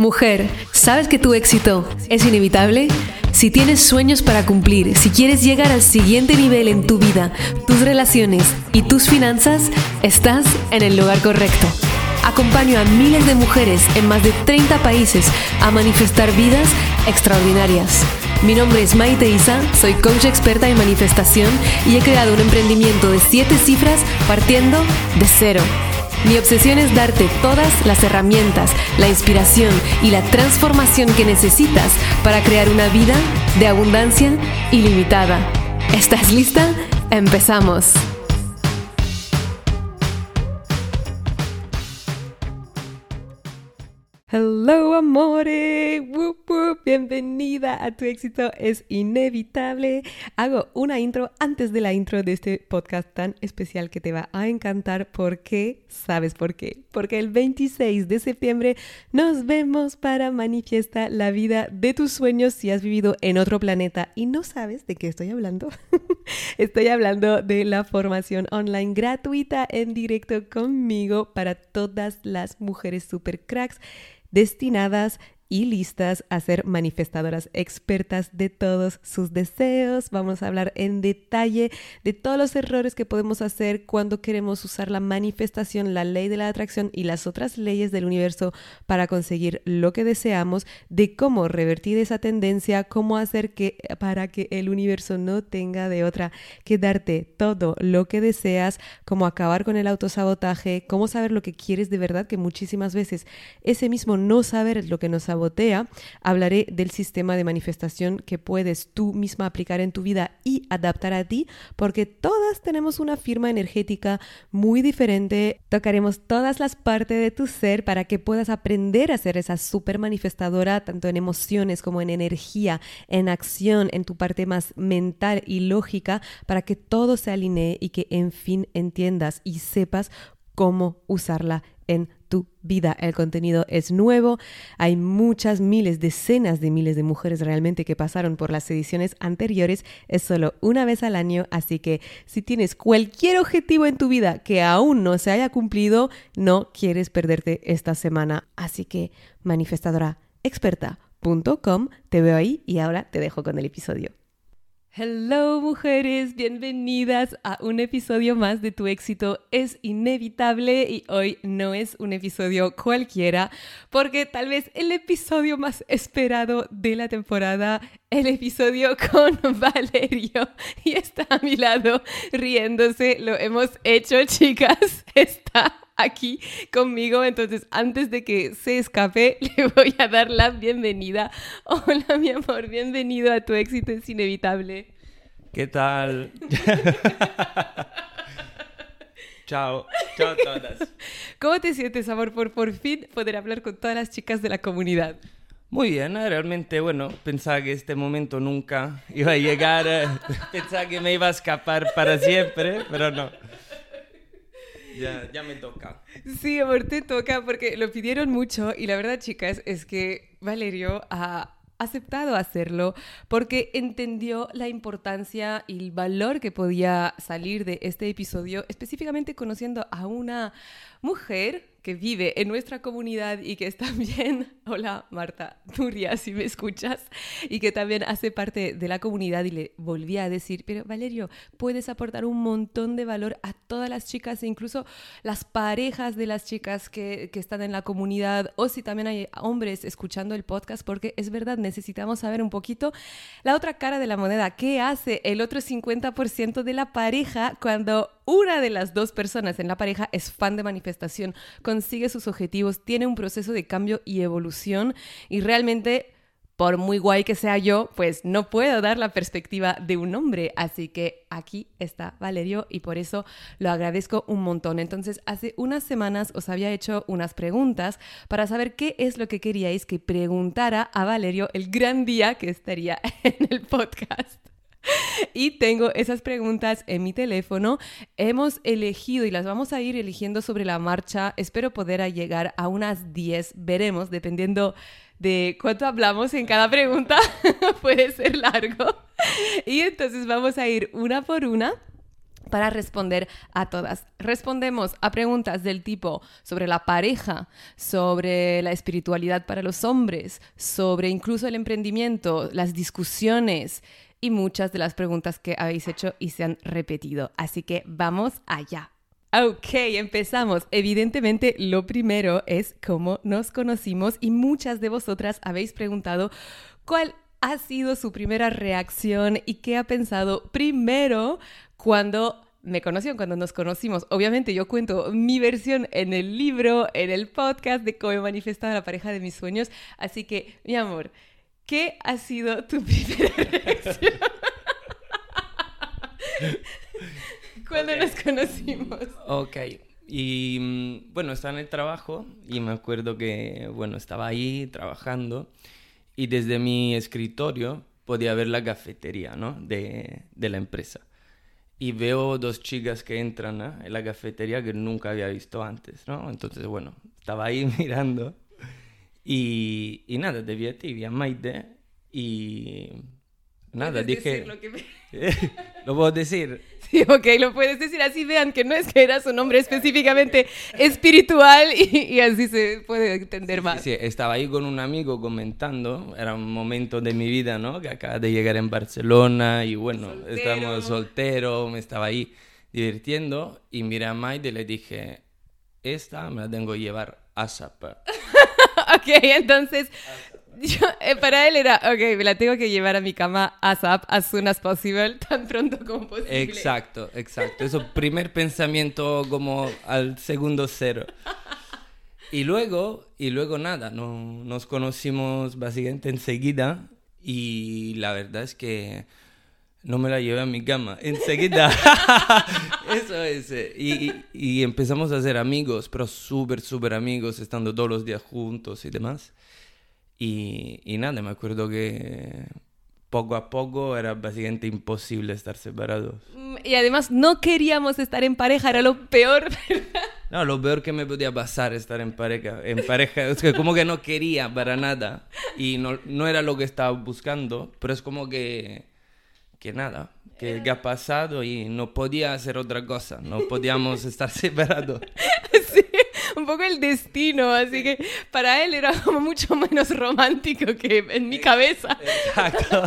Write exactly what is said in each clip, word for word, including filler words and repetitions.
Mujer, ¿sabes que tu éxito es inevitable? Si tienes sueños para cumplir, si quieres llegar al siguiente nivel en tu vida, tus relaciones y tus finanzas, estás en el lugar correcto. Acompaño a miles de mujeres en más de treinta países a manifestar vidas extraordinarias. Mi nombre es Maite Isa, soy coach experta en manifestación y he creado un emprendimiento de siete cifras partiendo de cero. Mi obsesión es darte todas las herramientas, la inspiración y la transformación que necesitas para crear una vida de abundancia ilimitada. ¿Estás lista? ¡Empezamos! Hello, amore. Woop, woop. Bienvenida a Tu Éxito es Inevitable. Hago una intro antes de la intro de este podcast tan especial que te va a encantar. ¿Por qué? ¿Sabes por qué? Porque el veintiséis de septiembre nos vemos para Manifiesta la vida de tus sueños si has vivido en otro planeta y no sabes de qué estoy hablando. Estoy hablando de la formación online gratuita en directo conmigo para todas las mujeres super cracks destinadas y listas a ser manifestadoras expertas de todos sus deseos. Vamos a hablar en detalle de todos los errores que podemos hacer cuando queremos usar la manifestación, la ley de la atracción y las otras leyes del universo para conseguir lo que deseamos, de cómo revertir esa tendencia, cómo hacer que para que el universo no tenga de otra que darte todo lo que deseas, cómo acabar con el autosabotaje, cómo saber lo que quieres de verdad, que muchísimas veces ese mismo no saber es lo que nos sabotea. Hablaré del sistema de manifestación que puedes tú misma aplicar en tu vida y adaptar a ti, porque todas tenemos una firma energética muy diferente. Tocaremos todas las partes de tu ser para que puedas aprender a ser esa super manifestadora, tanto en emociones como en energía, en acción, en tu parte más mental y lógica, para que todo se alinee y que en fin entiendas y sepas cómo usarla en tu vida. El contenido es nuevo, hay muchas miles, decenas de miles de mujeres realmente que pasaron por las ediciones anteriores, es solo una vez al año, así que si tienes cualquier objetivo en tu vida que aún no se haya cumplido, no quieres perderte esta semana. Así que manifestadora experta punto com, te veo ahí y ahora te dejo con el episodio. Hello, mujeres, bienvenidas a un episodio más de Tu Éxito es Inevitable, y hoy no es un episodio cualquiera porque tal vez el episodio más esperado de la temporada, el episodio con Valerio, y está a mi lado riéndose. Lo hemos hecho, chicas, está aquí conmigo, entonces antes de que se escape le voy a dar la bienvenida. Hola, mi amor, bienvenido a Tu Éxito es Inevitable. ¿Qué tal? Chao, chao a todas. ¿Cómo te sientes, amor, por por fin poder hablar con todas las chicas de la comunidad? Muy bien, realmente, bueno, pensaba que este momento nunca iba a llegar, eh, pensaba que me iba a escapar para siempre, pero no. Ya, ya me toca. Sí, amor, te toca porque lo pidieron mucho y la verdad, chicas, es que Valerio ha aceptado hacerlo porque entendió la importancia y el valor que podía salir de este episodio, específicamente conociendo a una mujer que vive en nuestra comunidad y que es también, hola Marta Nuria, si me escuchas, y que también hace parte de la comunidad, y le volví a decir, pero Valerio, puedes aportar un montón de valor a todas las chicas e incluso las parejas de las chicas que, que están en la comunidad, o si también hay hombres escuchando el podcast, porque es verdad, necesitamos saber un poquito la otra cara de la moneda. ¿Qué hace el otro cincuenta por ciento de la pareja cuando una de las dos personas en la pareja es fan de manifestación, consigue sus objetivos, tiene un proceso de cambio y evolución, y realmente, por muy guay que sea yo, pues no puedo dar la perspectiva de un hombre? Así que aquí está Valerio y por eso lo agradezco un montón. Entonces, hace unas semanas os había hecho unas preguntas para saber qué es lo que queríais que preguntara a Valerio el gran día que estaría en el podcast. Y tengo esas preguntas en mi teléfono. Hemos elegido y las vamos a ir eligiendo sobre la marcha. Espero poder llegar a unas diez. Veremos, dependiendo de cuánto hablamos en cada pregunta. Puede ser largo. Y entonces vamos a ir una por una para responder a todas. Respondemos a preguntas del tipo sobre la pareja, sobre la espiritualidad para los hombres, sobre incluso el emprendimiento, las discusiones y muchas de las preguntas que habéis hecho y se han repetido. Así que vamos allá. Ok, empezamos. Evidentemente, lo primero es cómo nos conocimos y muchas de vosotras habéis preguntado cuál ha sido su primera reacción y qué ha pensado primero cuando me conoció, cuando nos conocimos. Obviamente yo cuento mi versión en el libro, en el podcast de cómo he manifestado la pareja de mis sueños. Así que, mi amor, ¿qué ha sido tu primera reacción cuando okay. nos conocimos? Ok, y bueno, estaba en el trabajo y me acuerdo que, bueno, estaba ahí trabajando y desde mi escritorio podía ver la cafetería, ¿no? de, de la empresa. Y veo dos chicas que entran, ¿eh? en la cafetería que nunca había visto antes, ¿no? Entonces, bueno, estaba ahí mirando y, y nada, te vi a ti, vi a Maite y nada, ¿Puedes dije... decir lo que me... ¿Lo puedo decir? Sí, ok, lo puedes decir, así vean que no es que era su nombre específicamente espiritual y, y así se puede entender más. Sí, sí, estaba ahí con un amigo comentando, era un momento de mi vida, ¿no? Que acaba de llegar en Barcelona y bueno, Soltero. estábamos solteros, me estaba ahí divirtiendo y miré a Maite y le dije, esta me la tengo que llevar a ASAP. Ok, entonces... Yo, eh, para él era, ok, me la tengo que llevar a mi cama ASAP, as soon as possible, tan pronto como posible. Exacto, exacto. Eso, primer pensamiento como al segundo cero. Y luego, y luego nada, no, nos conocimos básicamente enseguida y la verdad es que no me la llevé a mi cama, enseguida. Eso es. Y, y, y empezamos a ser amigos, pero súper, súper amigos, estando todos los días juntos y demás. Y, y nada, me acuerdo que poco a poco era básicamente imposible estar separados. Y además no queríamos estar en pareja, era lo peor, ¿verdad? No, lo peor que me podía pasar estar en pareja. En pareja, es que como que no quería para nada. Y no, no era lo que estaba buscando, pero es como que, que nada, que, que ha pasado y no podía hacer otra cosa. No podíamos estar separados. Sí, un poco el destino, así que para él era como mucho menos romántico que en mi cabeza. Exacto.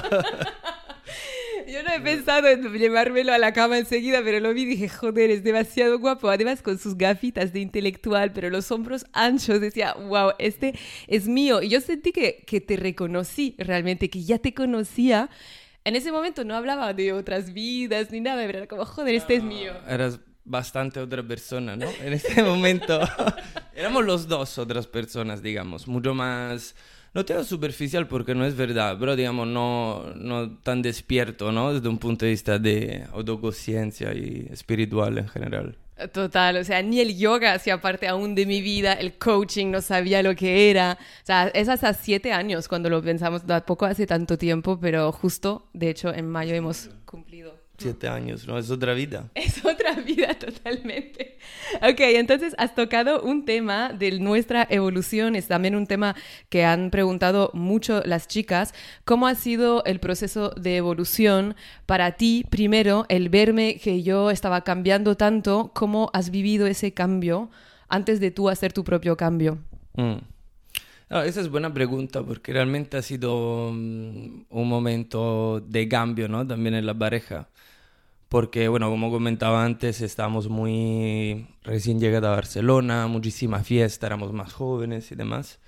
Yo no he pensado en llevármelo a la cama enseguida, pero lo vi y dije, joder, es demasiado guapo. Además, con sus gafitas de intelectual, pero los hombros anchos, decía, wow, este es mío. Y yo sentí que, que te reconocí realmente, que ya te conocía. En ese momento no hablaba de otras vidas ni nada, pero era como, joder, este es mío. Eras bastante otra persona, ¿no? En este momento éramos los dos otras personas, digamos, mucho más, no te digo superficial porque no es verdad, pero digamos no, no tan despierto, ¿no? Desde un punto de vista de autoconciencia y espiritual en general. Total, o sea, ni el yoga hacía parte aún de mi vida, el coaching no sabía lo que era. O sea, es hasta siete años cuando lo pensamos, tampoco hace tanto tiempo, pero justo, de hecho, en mayo hemos cumplido. Siete años, ¿no? Es otra vida. Es otra vida totalmente. Ok, entonces has tocado un tema de nuestra evolución, es también un tema que han preguntado mucho las chicas. ¿Cómo ha sido el proceso de evolución para ti? Primero, el verme que yo estaba cambiando tanto, ¿cómo has vivido ese cambio antes de tú hacer tu propio cambio? Mm. No, esa es buena pregunta porque realmente ha sido um, un momento de cambio, ¿no? También en la pareja. Porque, bueno, como comentaba antes, estábamos muy recién llegados a Barcelona, muchísima fiesta, éramos más jóvenes y demás.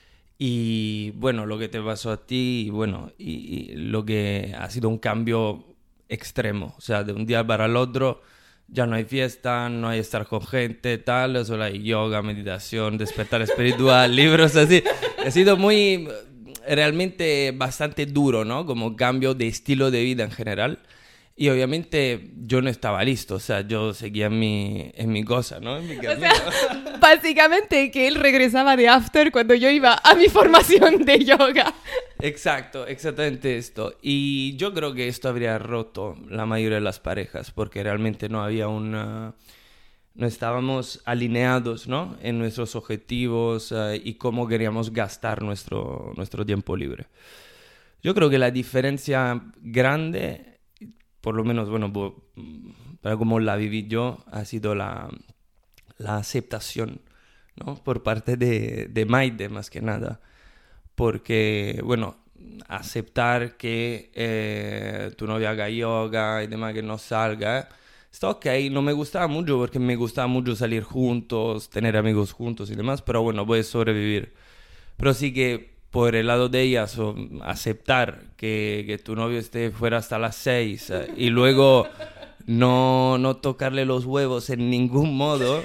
Y, bueno, lo que te pasó a ti, y, bueno, y, y lo que ha sido un cambio extremo. O sea, de un día para el otro ya no hay fiesta, no hay estar con gente, tal, solo hay yoga, meditación, despertar espiritual, libros así. Ha sido muy, realmente bastante duro, ¿no? Como cambio de estilo de vida en general. Y obviamente yo no estaba listo, o sea, yo seguía en mi, en mi cosa, ¿no? En mi camino. O sea, básicamente que él regresaba de after cuando yo iba a mi formación de yoga. Exacto, exactamente esto. Y yo creo que esto habría roto la mayoría de las parejas, porque realmente no había una... No estábamos alineados, ¿no? En nuestros objetivos uh, y cómo queríamos gastar nuestro, nuestro tiempo libre. Yo creo que la diferencia grande... Por lo menos, bueno, para como la viví yo, ha sido la, la aceptación, ¿no? Por parte de, de Maide, más que nada. Porque, bueno, aceptar que eh, tu novia haga yoga y demás, que no salga, ¿eh? Está ok, no me gustaba mucho porque me gustaba mucho salir juntos, tener amigos juntos y demás, pero bueno, puedes sobrevivir. Pero sí que por el lado de ella, so, aceptar que, que tu novio esté fuera hasta las seis eh, y luego no, no tocarle los huevos en ningún modo.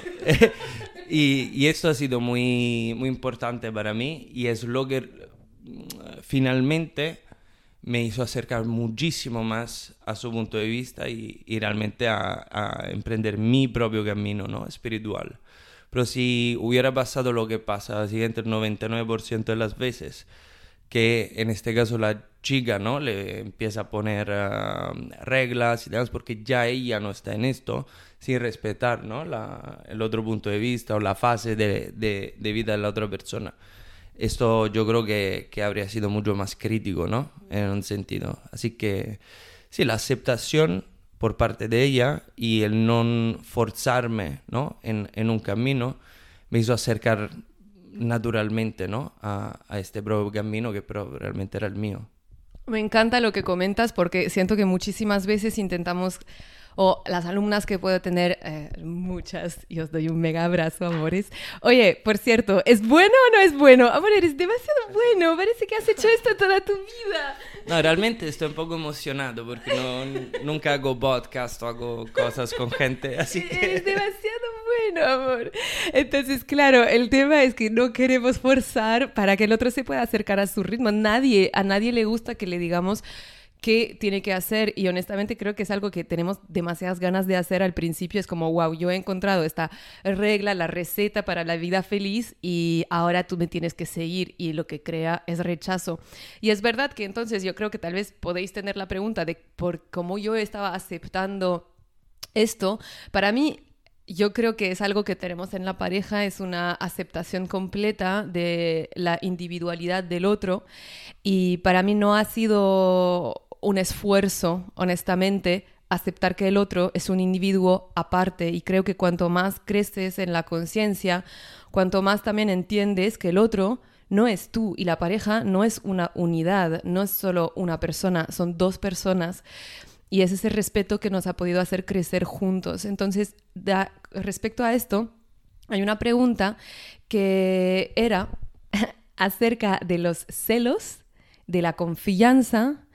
y, y esto ha sido muy, muy importante para mí y es lo que finalmente me hizo acercar muchísimo más a su punto de vista y, y realmente a, a emprender mi propio camino, ¿no? Espiritual. Pero si hubiera pasado lo que pasa al siguiente noventa y nueve por ciento de las veces, que en este caso la chica, ¿no? Le empieza a poner uh, reglas y demás porque ya ella no está en esto, sin respetar, ¿no? La, el otro punto de vista o la fase de, de, de vida de la otra persona. Esto yo creo que, que habría sido mucho más crítico, ¿no? En un sentido. Así que sí, la aceptación por parte de ella y el no forzarme, ¿no? en, en un camino me hizo acercar naturalmente, ¿no? a, a este propio camino que pero realmente era el mío. Me encanta lo que comentas porque siento que muchísimas veces intentamos, o las alumnas que puedo tener, eh, muchas, y os doy un mega abrazo, amores. Oye, por cierto, ¿es bueno o no es bueno? Amor, eres demasiado bueno, parece que has hecho esto toda tu vida. No, realmente estoy un poco emocionado porque no, nunca hago podcast o hago cosas con gente, así que... Eres demasiado bueno, amor. Entonces, claro, el tema es que no queremos forzar para que el otro se pueda acercar a su ritmo. Nadie, a nadie le gusta que le digamos qué tiene que hacer y honestamente creo que es algo que tenemos demasiadas ganas de hacer al principio. Es como, wow, yo he encontrado esta regla, la receta para la vida feliz y ahora tú me tienes que seguir y lo que crea es rechazo. Y es verdad que entonces yo creo que tal vez podéis tener la pregunta de por cómo yo estaba aceptando esto. Para mí, yo creo que es algo que tenemos en la pareja, es una aceptación completa de la individualidad del otro y para mí no ha sido un esfuerzo, honestamente, aceptar que el otro es un individuo aparte y creo que cuanto más creces en la conciencia, cuanto más también entiendes que el otro no es tú y la pareja no es una unidad, no es solo una persona, son dos personas. Y es ese respeto que nos ha podido hacer crecer juntos. Entonces, da, respecto a esto, hay una pregunta que era acerca de los celos, de la confianza,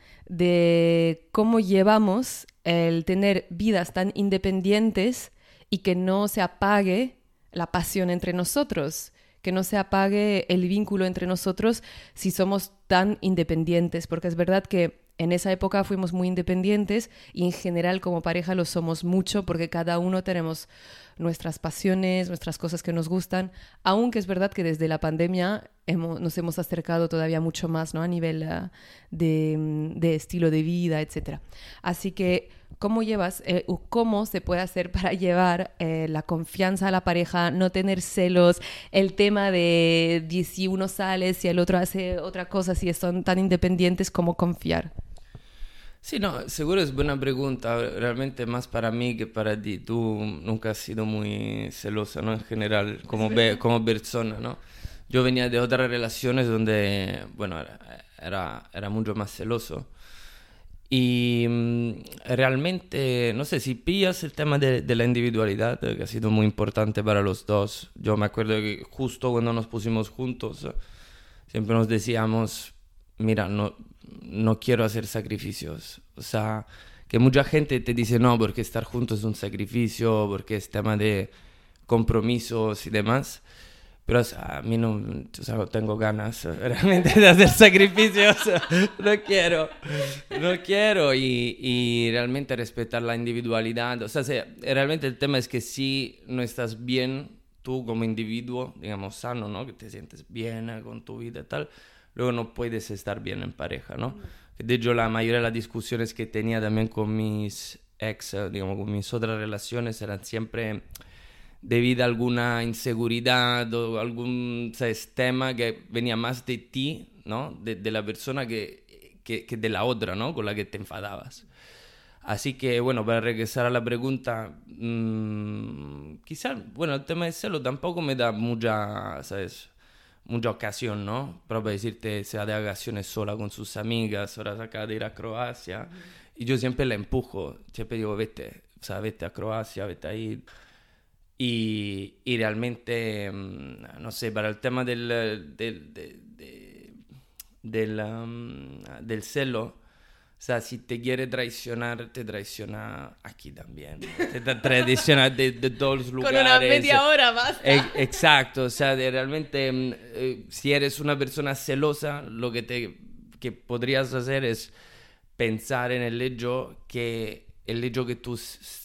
de cómo llevamos el tener vidas tan independientes y que no se apague la pasión entre nosotros, que no se apague el vínculo entre nosotros si somos tan independientes, porque es verdad que en esa época fuimos muy independientes y en general como pareja lo somos mucho porque cada uno tenemos nuestras pasiones, nuestras cosas que nos gustan, aunque es verdad que desde la pandemia hemos, nos hemos acercado todavía mucho más, ¿no? A nivel uh, de, de estilo de vida, etcétera. Así que, ¿cómo llevas, eh, cómo se puede hacer para llevar eh, la confianza a la pareja, no tener celos, el tema de, de si uno sale, si el otro hace otra cosa, si son tan independientes, cómo confiar? Sí, no, seguro es buena pregunta, realmente más para mí que para ti. Tú nunca has sido muy celosa, ¿no? En general, como, be- como persona, ¿no? Yo venía de otras relaciones donde, bueno, era, era, era mucho más celoso. Y mm, realmente, no sé, si pillas el tema de, de la individualidad, eh, que ha sido muy importante para los dos. Yo me acuerdo que justo cuando nos pusimos juntos, eh, siempre nos decíamos, mira, no, no quiero hacer sacrificios. O sea, que mucha gente te dice, no, porque estar juntos es un sacrificio, porque es tema de compromisos y demás. Pero o sea, a mí no, o sea, no tengo ganas realmente de hacer sacrificios. No quiero, no quiero. Y, y realmente respetar la individualidad. O sea, si, realmente el tema es que si no estás bien tú como individuo, digamos, sano, ¿no? Que te sientes bien con tu vida y tal, luego no puedes estar bien en pareja, ¿no? De hecho, la mayoría de las discusiones que tenía también con mis ex, digamos, con mis otras relaciones eran siempre debido a alguna inseguridad o algún, ¿sabes?, tema que venía más de ti, ¿no? De, de la persona que, que, que de la otra, ¿no? Con la que te enfadabas. Así que, bueno, para regresar a la pregunta, mmm, quizás, bueno, el tema del celo tampoco me da mucha, ¿sabes? Mucha ocasión, ¿no? Pero para decirte, se va de vacaciones sola con sus amigas, ahora se acaba de ir a Croacia, uh-huh. Y yo siempre la empujo, siempre digo, vete, o sea, vete a Croacia, vete ahí. Y, y realmente, no sé, para el tema del, del, de, de, del, um, del celo, o sea, si te quiere traicionar, te traiciona aquí también. Te traiciona de, de todos los lugares. Con una media hora basta. Eh, exacto, o sea, de realmente, eh, si eres una persona celosa, lo que, te, que podrías hacer es pensar en el hecho que el hecho que tú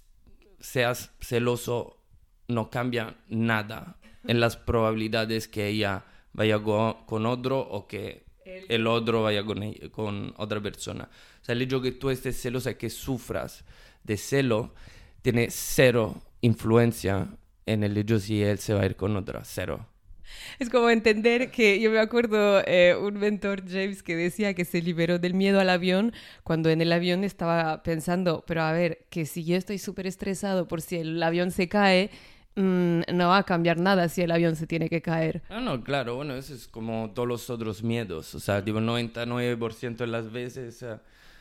seas celoso no cambia nada en las probabilidades que ella vaya con, con otro o que el, el otro vaya con, con otra persona. O sea, el hecho que tú estés celosa y que sufras de celo tiene cero influencia en el hecho si él se va a ir con otra, cero. Es como entender que yo me acuerdo eh, un mentor, James, que decía que se liberó del miedo al avión cuando en el avión estaba pensando, pero a ver, que si yo estoy súper estresado por si el avión se cae, mmm, no va a cambiar nada si el avión se tiene que caer. No, no, claro, bueno, eso es como todos los otros miedos, o sea, tipo noventa y nueve por ciento de las veces, o sea,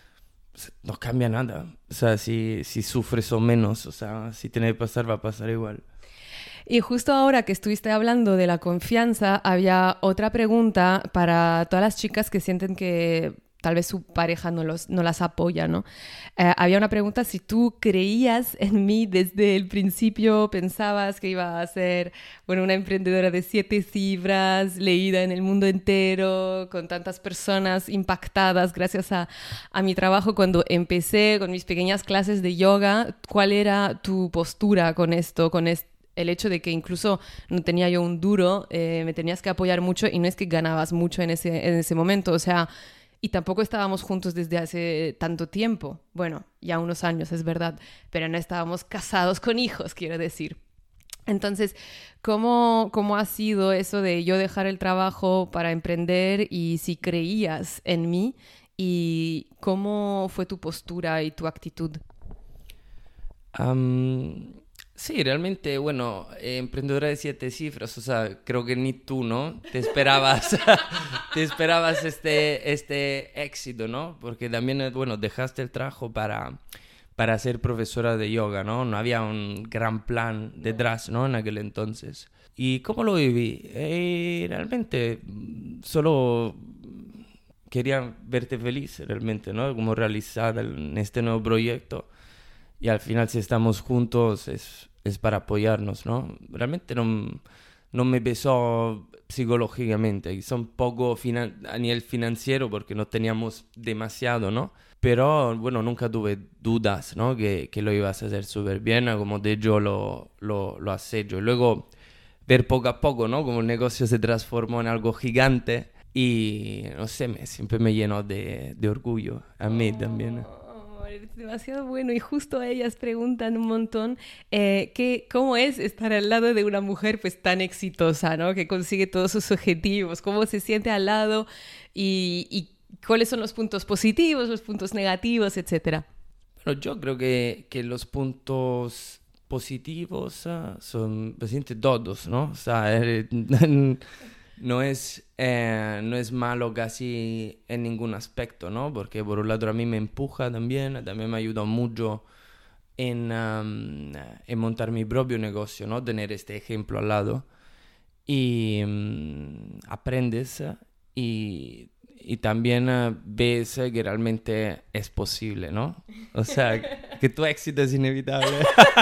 no cambia nada, o sea, si, si sufres o menos, o sea, si tiene que pasar, va a pasar igual. Y justo ahora que estuviste hablando de la confianza, había otra pregunta para todas las chicas que sienten que tal vez su pareja no, los, no las apoya, ¿no? Eh, había una pregunta si tú creías en mí desde el principio, pensabas que iba a ser, bueno, una emprendedora de siete cifras, leída en el mundo entero, con tantas personas impactadas gracias a, a mi trabajo cuando empecé con mis pequeñas clases de yoga. ¿Cuál era tu postura con esto, con esto? El hecho de que incluso no tenía yo un duro, eh, me tenías que apoyar mucho y no es que ganabas mucho en ese, en ese momento, o sea, y tampoco estábamos juntos desde hace tanto tiempo, bueno, ya unos años es verdad, pero no estábamos casados con hijos, quiero decir. Entonces, ¿cómo, cómo ha sido eso de yo dejar el trabajo para emprender y si creías en mí y cómo fue tu postura y tu actitud? Um... Sí, realmente, bueno, eh, emprendedora de siete cifras, o sea, creo que ni tú, ¿no? Te esperabas, te esperabas este, este éxito, ¿no? Porque también, bueno, dejaste el trabajo para, para ser profesora de yoga, ¿no? No había un gran plan detrás, ¿no? En aquel entonces. ¿Y cómo lo viví? Eh, realmente, solo quería verte feliz, realmente, ¿no? Como realizada en este nuevo proyecto. Y al final, si estamos juntos, es, es para apoyarnos, ¿no? Realmente no, no me pesó psicológicamente, quizá un poco finan- a nivel financiero, porque no teníamos demasiado, ¿no? Pero, bueno, nunca tuve dudas, ¿no? Que, que lo ibas a hacer súper bien, como de yo lo, lo, lo has hecho. Y luego, ver poco a poco, ¿no? Como el negocio se transformó en algo gigante y, no sé, me, siempre me llenó de, de orgullo, a mí también. Es demasiado bueno y justo ellas preguntan un montón eh, que, cómo es estar al lado de una mujer pues tan exitosa, ¿no? Que consigue todos sus objetivos, cómo se siente al lado y, y cuáles son los puntos positivos, los puntos negativos, etcétera. Bueno, yo creo que, que los puntos positivos uh, son bastante todos, ¿no? O sea, eh, no es, eh, no es malo casi en ningún aspecto, ¿no? Porque por un lado a mí me empuja también, también me ayuda mucho en, um, en montar mi propio negocio, ¿no? Tener este ejemplo al lado. Y um, aprendes y, y también uh, ves que realmente es posible, ¿no? O sea, que tu éxito es inevitable.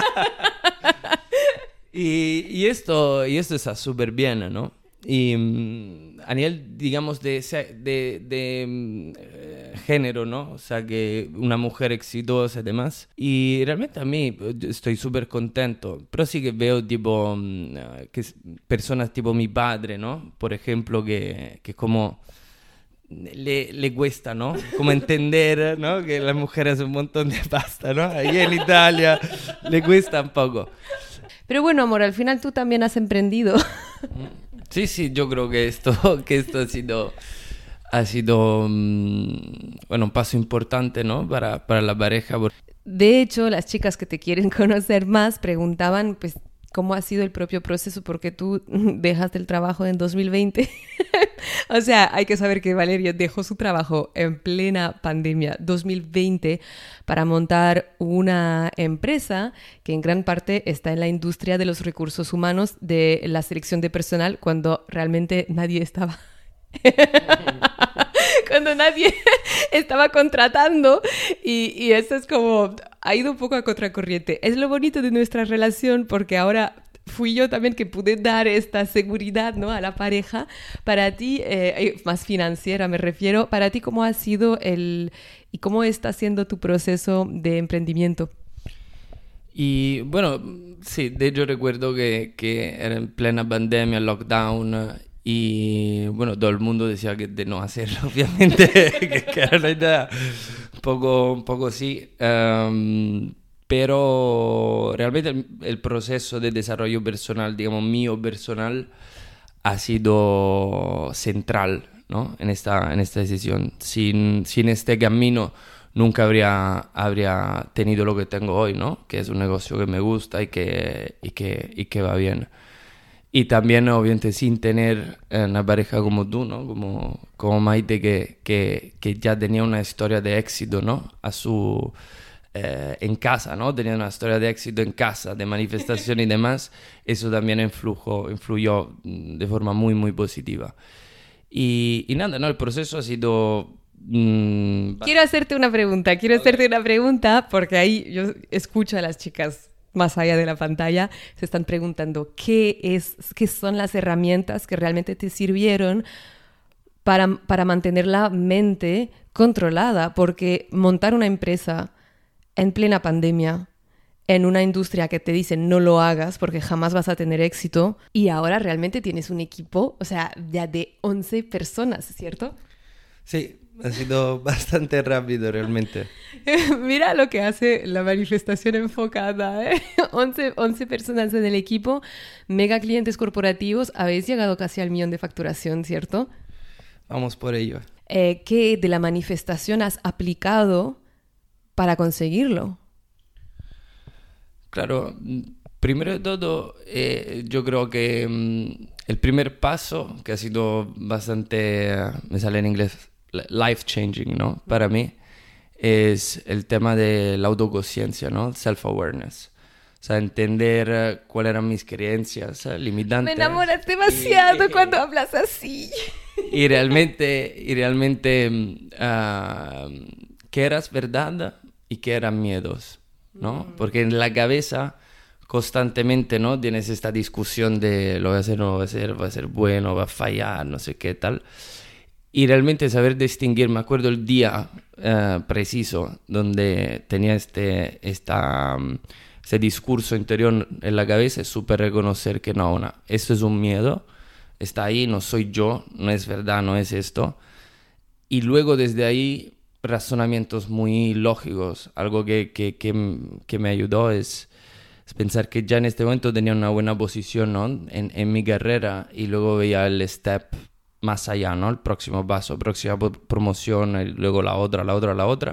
y, y, esto, y esto está súper bien, ¿no? Y um, a nivel, digamos, de, de, de um, eh, género, ¿no? O sea, que una mujer exitosa y demás. Y realmente a mí estoy súper contento. Pero sí que veo, tipo, um, que personas tipo mi padre, ¿no? Por ejemplo, que, que como le, le cuesta, ¿no? Como entender, ¿no? Que la mujer hace un montón de pasta, ¿no? Ahí en Italia le cuesta un poco. Pero bueno, amor, al final tú también has emprendido. Sí, sí, yo creo que esto, que esto ha sido, ha sido um, bueno, un paso importante, ¿no? Para, para la pareja. De hecho, las chicas que te quieren conocer más preguntaban, pues, cómo ha sido el propio proceso, porque tú dejaste el trabajo en dos mil veinte. O sea, hay que saber que Valeria dejó su trabajo en plena pandemia dos mil veinte para montar una empresa que en gran parte está en la industria de los recursos humanos, de la selección de personal, cuando realmente nadie estaba... cuando nadie estaba contratando y, y eso es como, ha ido un poco a contracorriente. Es lo bonito de nuestra relación porque ahora fui yo también que pude dar esta seguridad, ¿no?, a la pareja. Para ti, eh, más financiera me refiero, para ti, ¿cómo ha sido el y cómo está siendo tu proceso de emprendimiento? Y bueno, sí, de hecho recuerdo que, que era en plena pandemia, lockdown, y bueno, todo el mundo decía que de no hacerlo, obviamente, que, que era una idea un poco, un poco sí, um, pero realmente el, el proceso de desarrollo personal, digamos mío personal, ha sido central, ¿no?, en esta, en esta decisión. Sin, sin este camino nunca habría, habría tenido lo que tengo hoy, ¿no?, que es un negocio que me gusta y que, y que, y que va bien. Y también, obviamente, sin tener una pareja como tú, ¿no?, como, como Maite, que, que, que ya tenía una historia de éxito, ¿no?, a su, eh, en casa, ¿no? Tenía una historia de éxito en casa, de manifestación y demás. Eso también influyó, influyó de forma muy, muy positiva. Y, y nada, ¿no?, el proceso ha sido... Mmm... Quiero hacerte una pregunta, quiero okay. hacerte una pregunta, porque ahí yo escucho a las chicas más allá de la pantalla, se están preguntando qué es, qué son las herramientas que realmente te sirvieron para, para mantener la mente controlada, porque montar una empresa en plena pandemia, en una industria que te dicen no lo hagas porque jamás vas a tener éxito, y ahora realmente tienes un equipo, o sea, ya de once personas, ¿cierto? Sí. Ha sido bastante rápido realmente. Mira lo que hace la manifestación enfocada, ¿eh? once, once personas en el equipo, mega clientes corporativos, habéis llegado casi al millón de facturación, ¿cierto? Vamos por ello. Eh, ¿Qué de la manifestación has aplicado para conseguirlo? Claro, primero de todo, eh, yo creo que um, el primer paso, que ha sido bastante, uh, me sale en inglés, life changing, ¿no?, para mí, es el tema de la autoconciencia, ¿no?, self-awareness. O sea, entender uh, cuáles eran mis creencias uh, limitantes. Me enamoras demasiado y, cuando hablas así. Y realmente, y realmente uh, qué era verdad y qué eran miedos, ¿no? Mm. Porque en la cabeza constantemente, ¿no?, tienes esta discusión de lo voy a hacer, no lo voy a hacer, va a ser bueno, va a fallar, no sé qué tal. Y realmente saber distinguir, me acuerdo el día uh, preciso donde tenía este, esta, um, este discurso interior en la cabeza, es súper reconocer que no, no, esto es un miedo, está ahí, no soy yo, no es verdad, no es esto. Y luego desde ahí razonamientos muy lógicos, algo que, que, que, que me ayudó es, es pensar que ya en este momento tenía una buena posición, ¿no?, en, en mi carrera, y luego veía el step más allá, ¿no?, el próximo paso, próxima promoción, y luego la otra, la otra, la otra.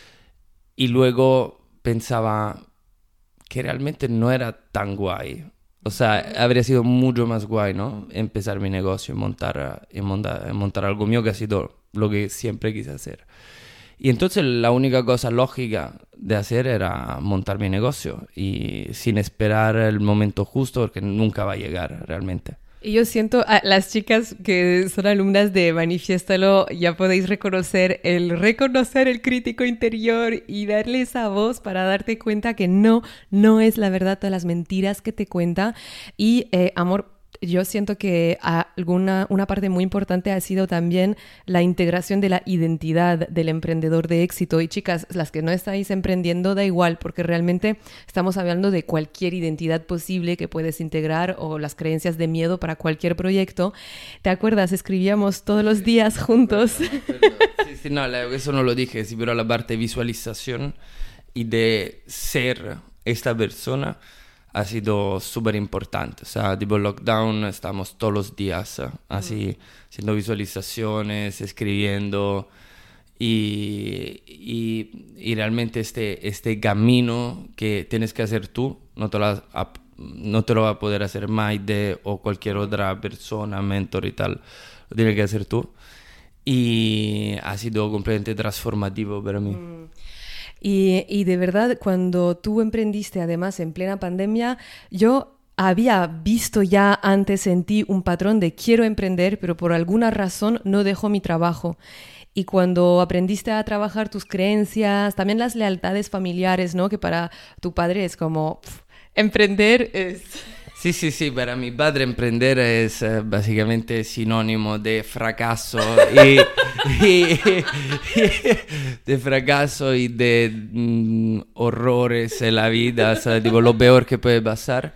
Y luego pensaba que realmente no era tan guay. O sea, habría sido mucho más guay, ¿no?, empezar mi negocio y montar, y montar, montar algo mío, que ha sido lo que siempre quise hacer. Y entonces la única cosa lógica de hacer era montar mi negocio, y sin esperar el momento justo, porque nunca va a llegar realmente. Y yo siento, a las chicas que son alumnas de Manifiéstalo, ya podéis reconocer el reconocer el crítico interior y darle esa voz para darte cuenta que no, no es la verdad todas las mentiras que te cuenta. Y, eh, amor, yo siento que alguna, una parte muy importante ha sido también la integración de la identidad del emprendedor de éxito. Y chicas, las que no estáis emprendiendo, da igual, porque realmente estamos hablando de cualquier identidad posible que puedes integrar, o las creencias de miedo para cualquier proyecto. ¿Te acuerdas? Escribíamos todos los días juntos. Perdón, perdón. Sí, sí, no, eso no lo dije, sí, pero la parte de visualización y de ser esta persona ha sido súper importante. O sea, tipo lockdown, estamos todos los días así, mm. haciendo visualizaciones, escribiendo. Y, y, y realmente este, este camino que tienes que hacer tú, no te, lo, no te lo va a poder hacer Maide o cualquier otra persona, mentor y tal, lo tienes que hacer tú. Y ha sido completamente transformativo para mí. Mm. Y, y de verdad, cuando tú emprendiste, además, en plena pandemia, yo había visto ya antes en ti un patrón de quiero emprender, pero por alguna razón no dejo mi trabajo. Y cuando aprendiste a trabajar tus creencias, también las lealtades familiares, ¿no? Que para tu padre es como pff, emprender es... Sí, sí, sí, para mi padre emprender es eh, básicamente sinónimo de fracaso y, y- de fracaso y de mm, horrores en la vida, o sea, digo, lo peor que puede pasar.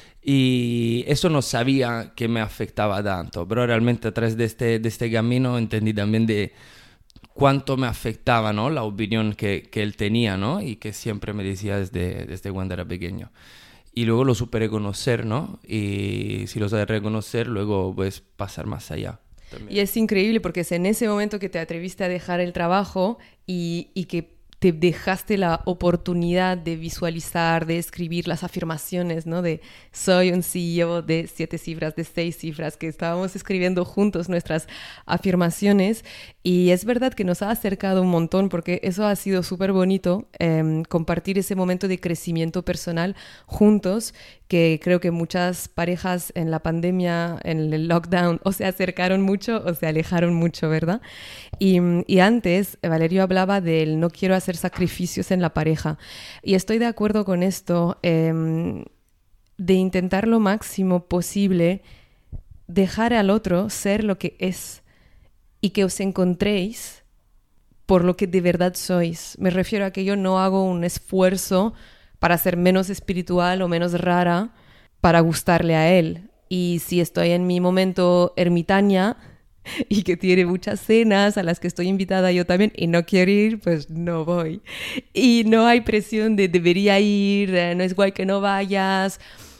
Y eso no sabía que me afectaba tanto, pero realmente a través de este, de este camino entendí también de cuánto me afectaba, ¿no? La opinión que, que él tenía, ¿no? Y que siempre me decía desde, desde cuando era pequeño. Y luego lo supe reconocer, ¿no? Y si lo sabes reconocer, luego puedes pasar más allá también. Y es increíble porque es en ese momento que te atreviste a dejar el trabajo y, y que te dejaste la oportunidad de visualizar, de escribir las afirmaciones, ¿no? De soy un C E O de siete cifras, de seis cifras, que estábamos escribiendo juntos nuestras afirmaciones. Y es verdad que nos ha acercado un montón porque eso ha sido súper bonito, eh, compartir ese momento de crecimiento personal juntos, que creo que muchas parejas en la pandemia, en el lockdown, o se acercaron mucho o se alejaron mucho, ¿verdad? Y, y antes Valerio hablaba del no quiero hacer sacrificios en la pareja. Y estoy de acuerdo con esto, eh, de intentar lo máximo posible dejar al otro ser lo que es y que os encontréis por lo que de verdad sois. Me refiero a que yo no hago un esfuerzo para ser menos espiritual o menos rara para gustarle a él. Y si estoy en mi momento ermitaña y que tiene muchas cenas a las que estoy invitada yo también y no quiero ir, pues no voy. Y no hay presión de debería ir, eh, no es guay que no vayas,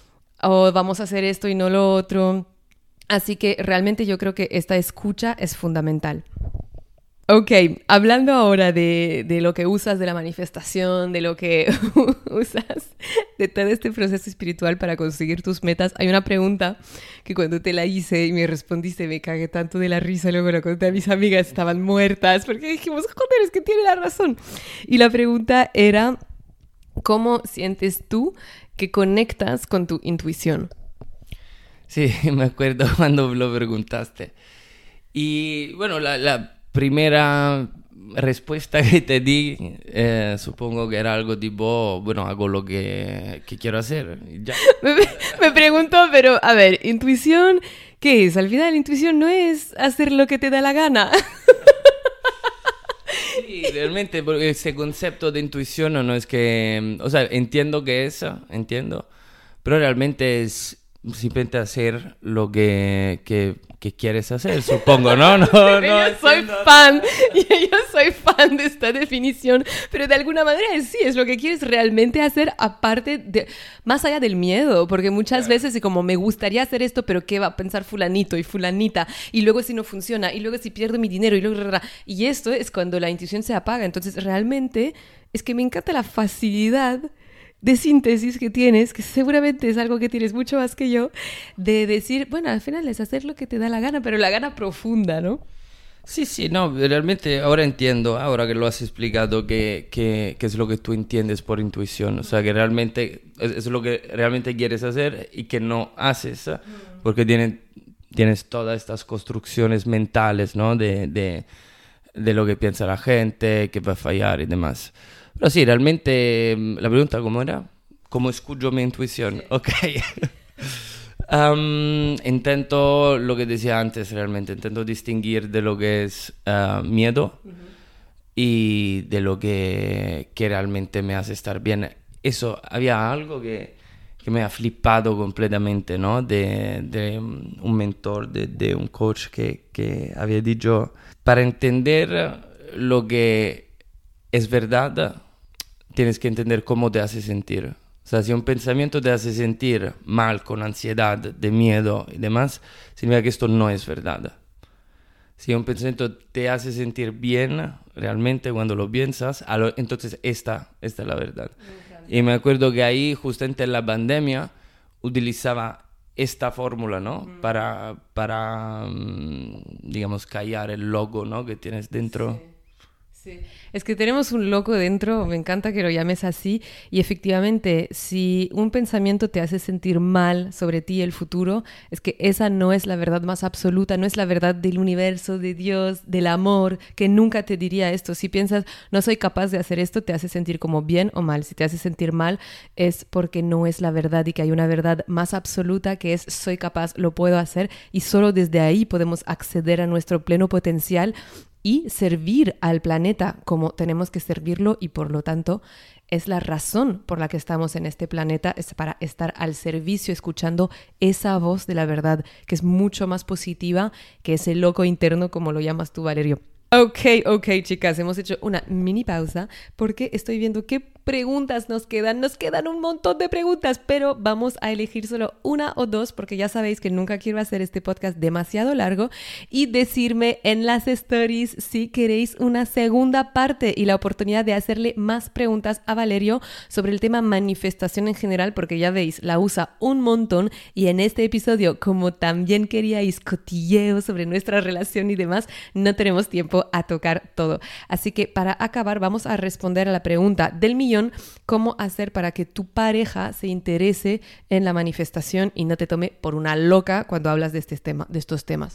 o vamos a hacer esto y no lo otro. Así que realmente yo creo que esta escucha es fundamental. Ok, hablando ahora de, de lo que usas de la manifestación, de lo que usas de todo este proceso espiritual para conseguir tus metas, hay una pregunta que cuando te la hice y me respondiste me cagué tanto de la risa, luego lo conté a mis amigas, estaban muertas, porque dijimos, joder, es que tiene la razón. Y la pregunta era, ¿cómo sientes tú que conectas con tu intuición? Sí, me acuerdo cuando lo preguntaste. Y bueno, la, la primera respuesta que te di, eh, supongo que era algo tipo, bueno, hago lo que, que quiero hacer. Y ya. me, me pregunto, pero a ver, intuición, ¿qué es? Al final, intuición no es hacer lo que te da la gana. Sí, realmente, porque ese concepto de intuición no es que, o sea, entiendo que es, entiendo, pero realmente es simplemente hacer lo que, que, que quieres hacer, supongo, ¿no? No, no, yo soy entiendo. fan, yo soy fan de esta definición, pero de alguna manera sí, es lo que quieres realmente hacer aparte de, más allá del miedo, porque muchas veces es como me gustaría hacer esto, pero ¿qué va a pensar fulanito y fulanita? Y luego si no funciona, y luego si pierdo mi dinero, y luego... Y esto es cuando la intuición se apaga, entonces realmente es que me encanta la facilidad de síntesis que tienes, que seguramente es algo que tienes mucho más que yo, de decir, bueno, al final es hacer lo que te da la gana, pero la gana profunda, ¿no? Sí, sí, no, realmente ahora entiendo, ahora que lo has explicado, que, que, que es lo que tú entiendes por intuición, o sea, que realmente es, es lo que realmente quieres hacer y que no haces, porque tienen, tienes todas estas construcciones mentales, ¿no? De, de, de lo que piensa la gente, que va a fallar y demás. Pero sí, realmente la pregunta ¿cómo era? ¿Cómo escucho mi intuición? Sí. Ok. um, intento, lo que decía antes realmente, intento distinguir de lo que es uh, miedo uh-huh. y de lo que, que realmente me hace estar bien. Eso, había algo que, que me ha flipado completamente, ¿no? De, de un mentor, de, de un coach que, que había dicho, para entender lo que es verdad, tienes que entender cómo te hace sentir. O sea, si un pensamiento te hace sentir mal, con ansiedad, de miedo y demás, significa que esto no es verdad. Si un pensamiento te hace sentir bien, realmente cuando lo piensas, a lo, entonces esta, esta es la verdad. Y me acuerdo que ahí, justamente en la pandemia, utilizaba esta fórmula, ¿no? Mm. Para, para, digamos, callar el loco, ¿no? Que tienes dentro. Sí. Sí. Es que tenemos un loco dentro, me encanta que lo llames así, y efectivamente, si un pensamiento te hace sentir mal sobre ti y el futuro, es que esa no es la verdad más absoluta, no es la verdad del universo, de Dios, del amor, que nunca te diría esto. Si piensas, no soy capaz de hacer esto, te hace sentir como bien o mal. Si te hace sentir mal, es porque no es la verdad y que hay una verdad más absoluta que es soy capaz, lo puedo hacer, y solo desde ahí podemos acceder a nuestro pleno potencial y servir al planeta como tenemos que servirlo, y por lo tanto es la razón por la que estamos en este planeta, es para estar al servicio, escuchando esa voz de la verdad que es mucho más positiva que ese loco interno, como lo llamas tú, Valerio. Ok, ok, chicas, hemos hecho una mini pausa porque estoy viendo qué preguntas nos quedan. Nos quedan un montón de preguntas, pero vamos a elegir solo una o dos porque ya sabéis que nunca quiero hacer este podcast demasiado largo, y decirme en las stories si queréis una segunda parte y la oportunidad de hacerle más preguntas a Valerio sobre el tema manifestación en general, porque ya veis, la usa un montón, y en este episodio, como también queríais cotilleo sobre nuestra relación y demás, no tenemos tiempo a tocar todo. Así que para acabar vamos a responder a la pregunta del millón: ¿cómo hacer para que tu pareja se interese en la manifestación y no te tome por una loca cuando hablas de, este tema, de estos temas?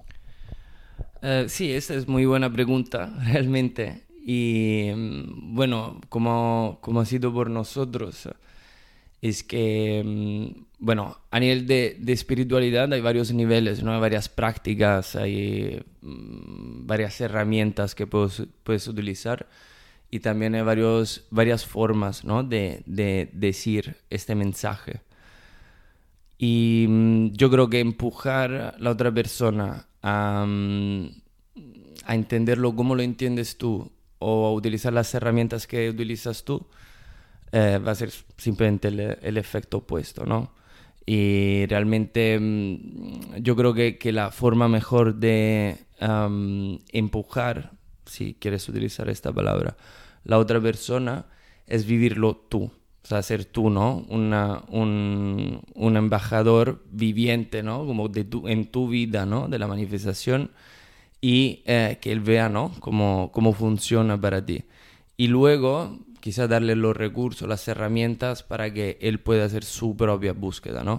Uh, sí, esa es muy buena pregunta, realmente. Y bueno, como, como ha sido por nosotros, es que, bueno, a nivel de, de espiritualidad hay varios niveles, ¿no? Hay varias prácticas, hay um, varias herramientas que puedes, puedes utilizar, y también hay varios, varias formas, ¿no? de, de decir este mensaje. Y um, yo creo que empujar a la otra persona a, um, a entenderlo como lo entiendes tú, o a utilizar las herramientas que utilizas tú, Eh, va a ser simplemente el, el efecto opuesto, ¿no? Y realmente um, yo creo que, que la forma mejor de um, empujar, si quieres utilizar esta palabra, la otra persona, es vivirlo tú. O sea, ser tú, ¿no? Una, un, un embajador viviente, ¿no? Como de tu, en tu vida, ¿no? De la manifestación, y eh, que él vea, ¿no? Cómo, cómo funciona para ti. Y luego quizás darle los recursos, las herramientas para que él pueda hacer su propia búsqueda, ¿no?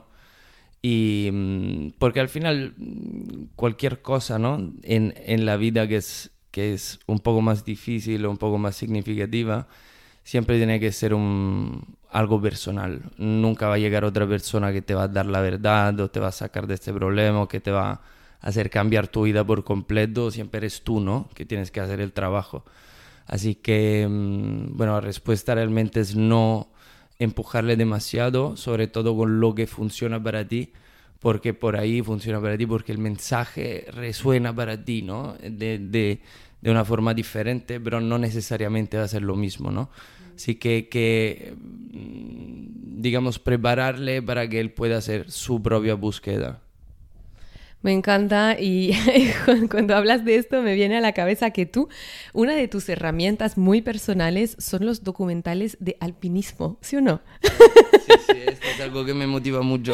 Y porque al final cualquier cosa, ¿no? En, en la vida que es, que es un poco más difícil o un poco más significativa, siempre tiene que ser un, algo personal. Nunca va a llegar otra persona que te va a dar la verdad o te va a sacar de este problema o que te va a hacer cambiar tu vida por completo. Siempre eres tú, ¿no? Que tienes que hacer el trabajo. Así que, bueno, la respuesta realmente es no empujarle demasiado, sobre todo con lo que funciona para ti, porque por ahí funciona para ti, porque el mensaje resuena para ti, ¿no? De, de, de una forma diferente, pero no necesariamente va a ser lo mismo, ¿no? Así que, que, digamos, prepararle para que él pueda hacer su propia búsqueda. Me encanta, y cuando hablas de esto me viene a la cabeza que tú, una de tus herramientas muy personales son los documentales de alpinismo, ¿sí o no? Sí, sí, esto es algo que me motiva mucho.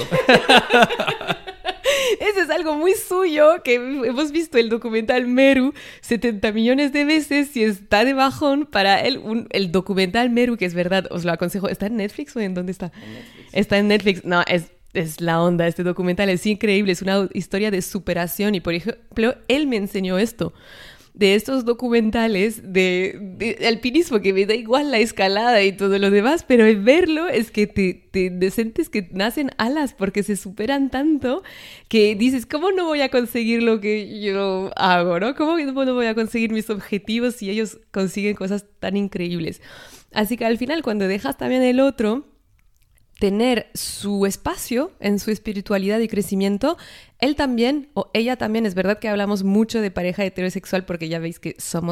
Eso es algo muy suyo, que hemos visto el documental Meru setenta millones de veces y está de bajón para él. Un, el documental Meru, que es verdad, os lo aconsejo. ¿Está en Netflix o en dónde está? En Netflix. Está en Netflix. No, es... Es la onda, este documental es increíble, es una historia de superación, y por ejemplo, él me enseñó esto, de estos documentales de, de alpinismo, que me da igual la escalada y todo lo demás, pero el verlo es que te, te, te sientes que nacen alas porque se superan tanto que dices, ¿cómo no voy a conseguir lo que yo hago, ¿no? ¿Cómo no voy a conseguir mis objetivos si ellos consiguen cosas tan increíbles? Así que al final, cuando dejas también el otro tener su espacio en su espiritualidad y crecimiento, él también, o ella también, es verdad que hablamos mucho de pareja heterosexual porque ya veis que somos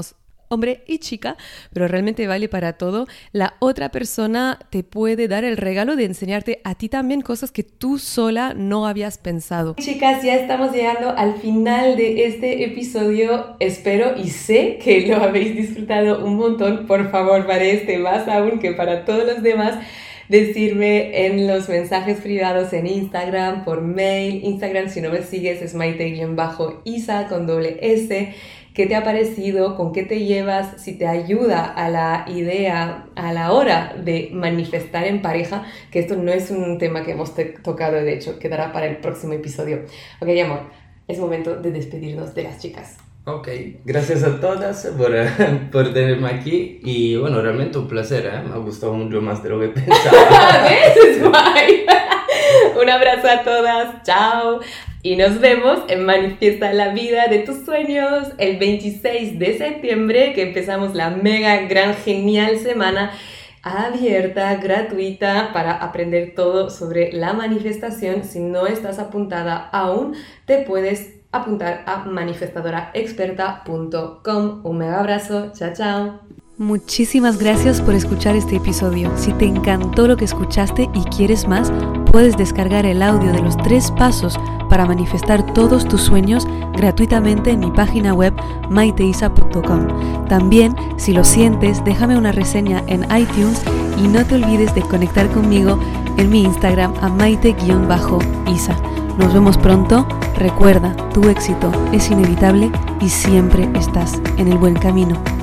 hombre y chica, pero realmente vale para todo. La otra persona te puede dar el regalo de enseñarte a ti también cosas que tú sola no habías pensado. Chicas, ya estamos llegando al final de este episodio. Espero y sé que lo habéis disfrutado un montón. Por favor, para este más aún que para todos los demás, decirme en los mensajes privados en Instagram, por mail. Instagram, si no me sigues, es maite-isa con doble S. ¿Qué te ha parecido? ¿Con qué te llevas? Si te ayuda a la idea, a la hora de manifestar en pareja, que esto no es un tema que hemos te- tocado, de hecho, quedará para el próximo episodio. Ok, amor, es momento de despedirnos de las chicas. Ok, gracias a todas por, por tenerme aquí y bueno, realmente un placer, ¿eh? Me ha gustado mucho más de lo que pensaba. ¿Ves? Es guay. Un abrazo a todas, chao. Y nos vemos en Manifiesta la vida de tus sueños el veintiséis de septiembre, que empezamos la mega, gran, genial semana abierta, gratuita, para aprender todo sobre la manifestación. Si no estás apuntada aún, te puedes apuntar a manifestadora experta punto com. Un mega abrazo, chao, chao. Muchísimas gracias por escuchar este episodio. Si te encantó lo que escuchaste y quieres más, puedes descargar el audio de los tres pasos para manifestar todos tus sueños gratuitamente en mi página web maiteisa punto com. También, si lo sientes, déjame una reseña en iTunes y no te olvides de conectar conmigo en mi Instagram a maite-isa. Nos vemos pronto. Recuerda, tu éxito es inevitable y siempre estás en el buen camino.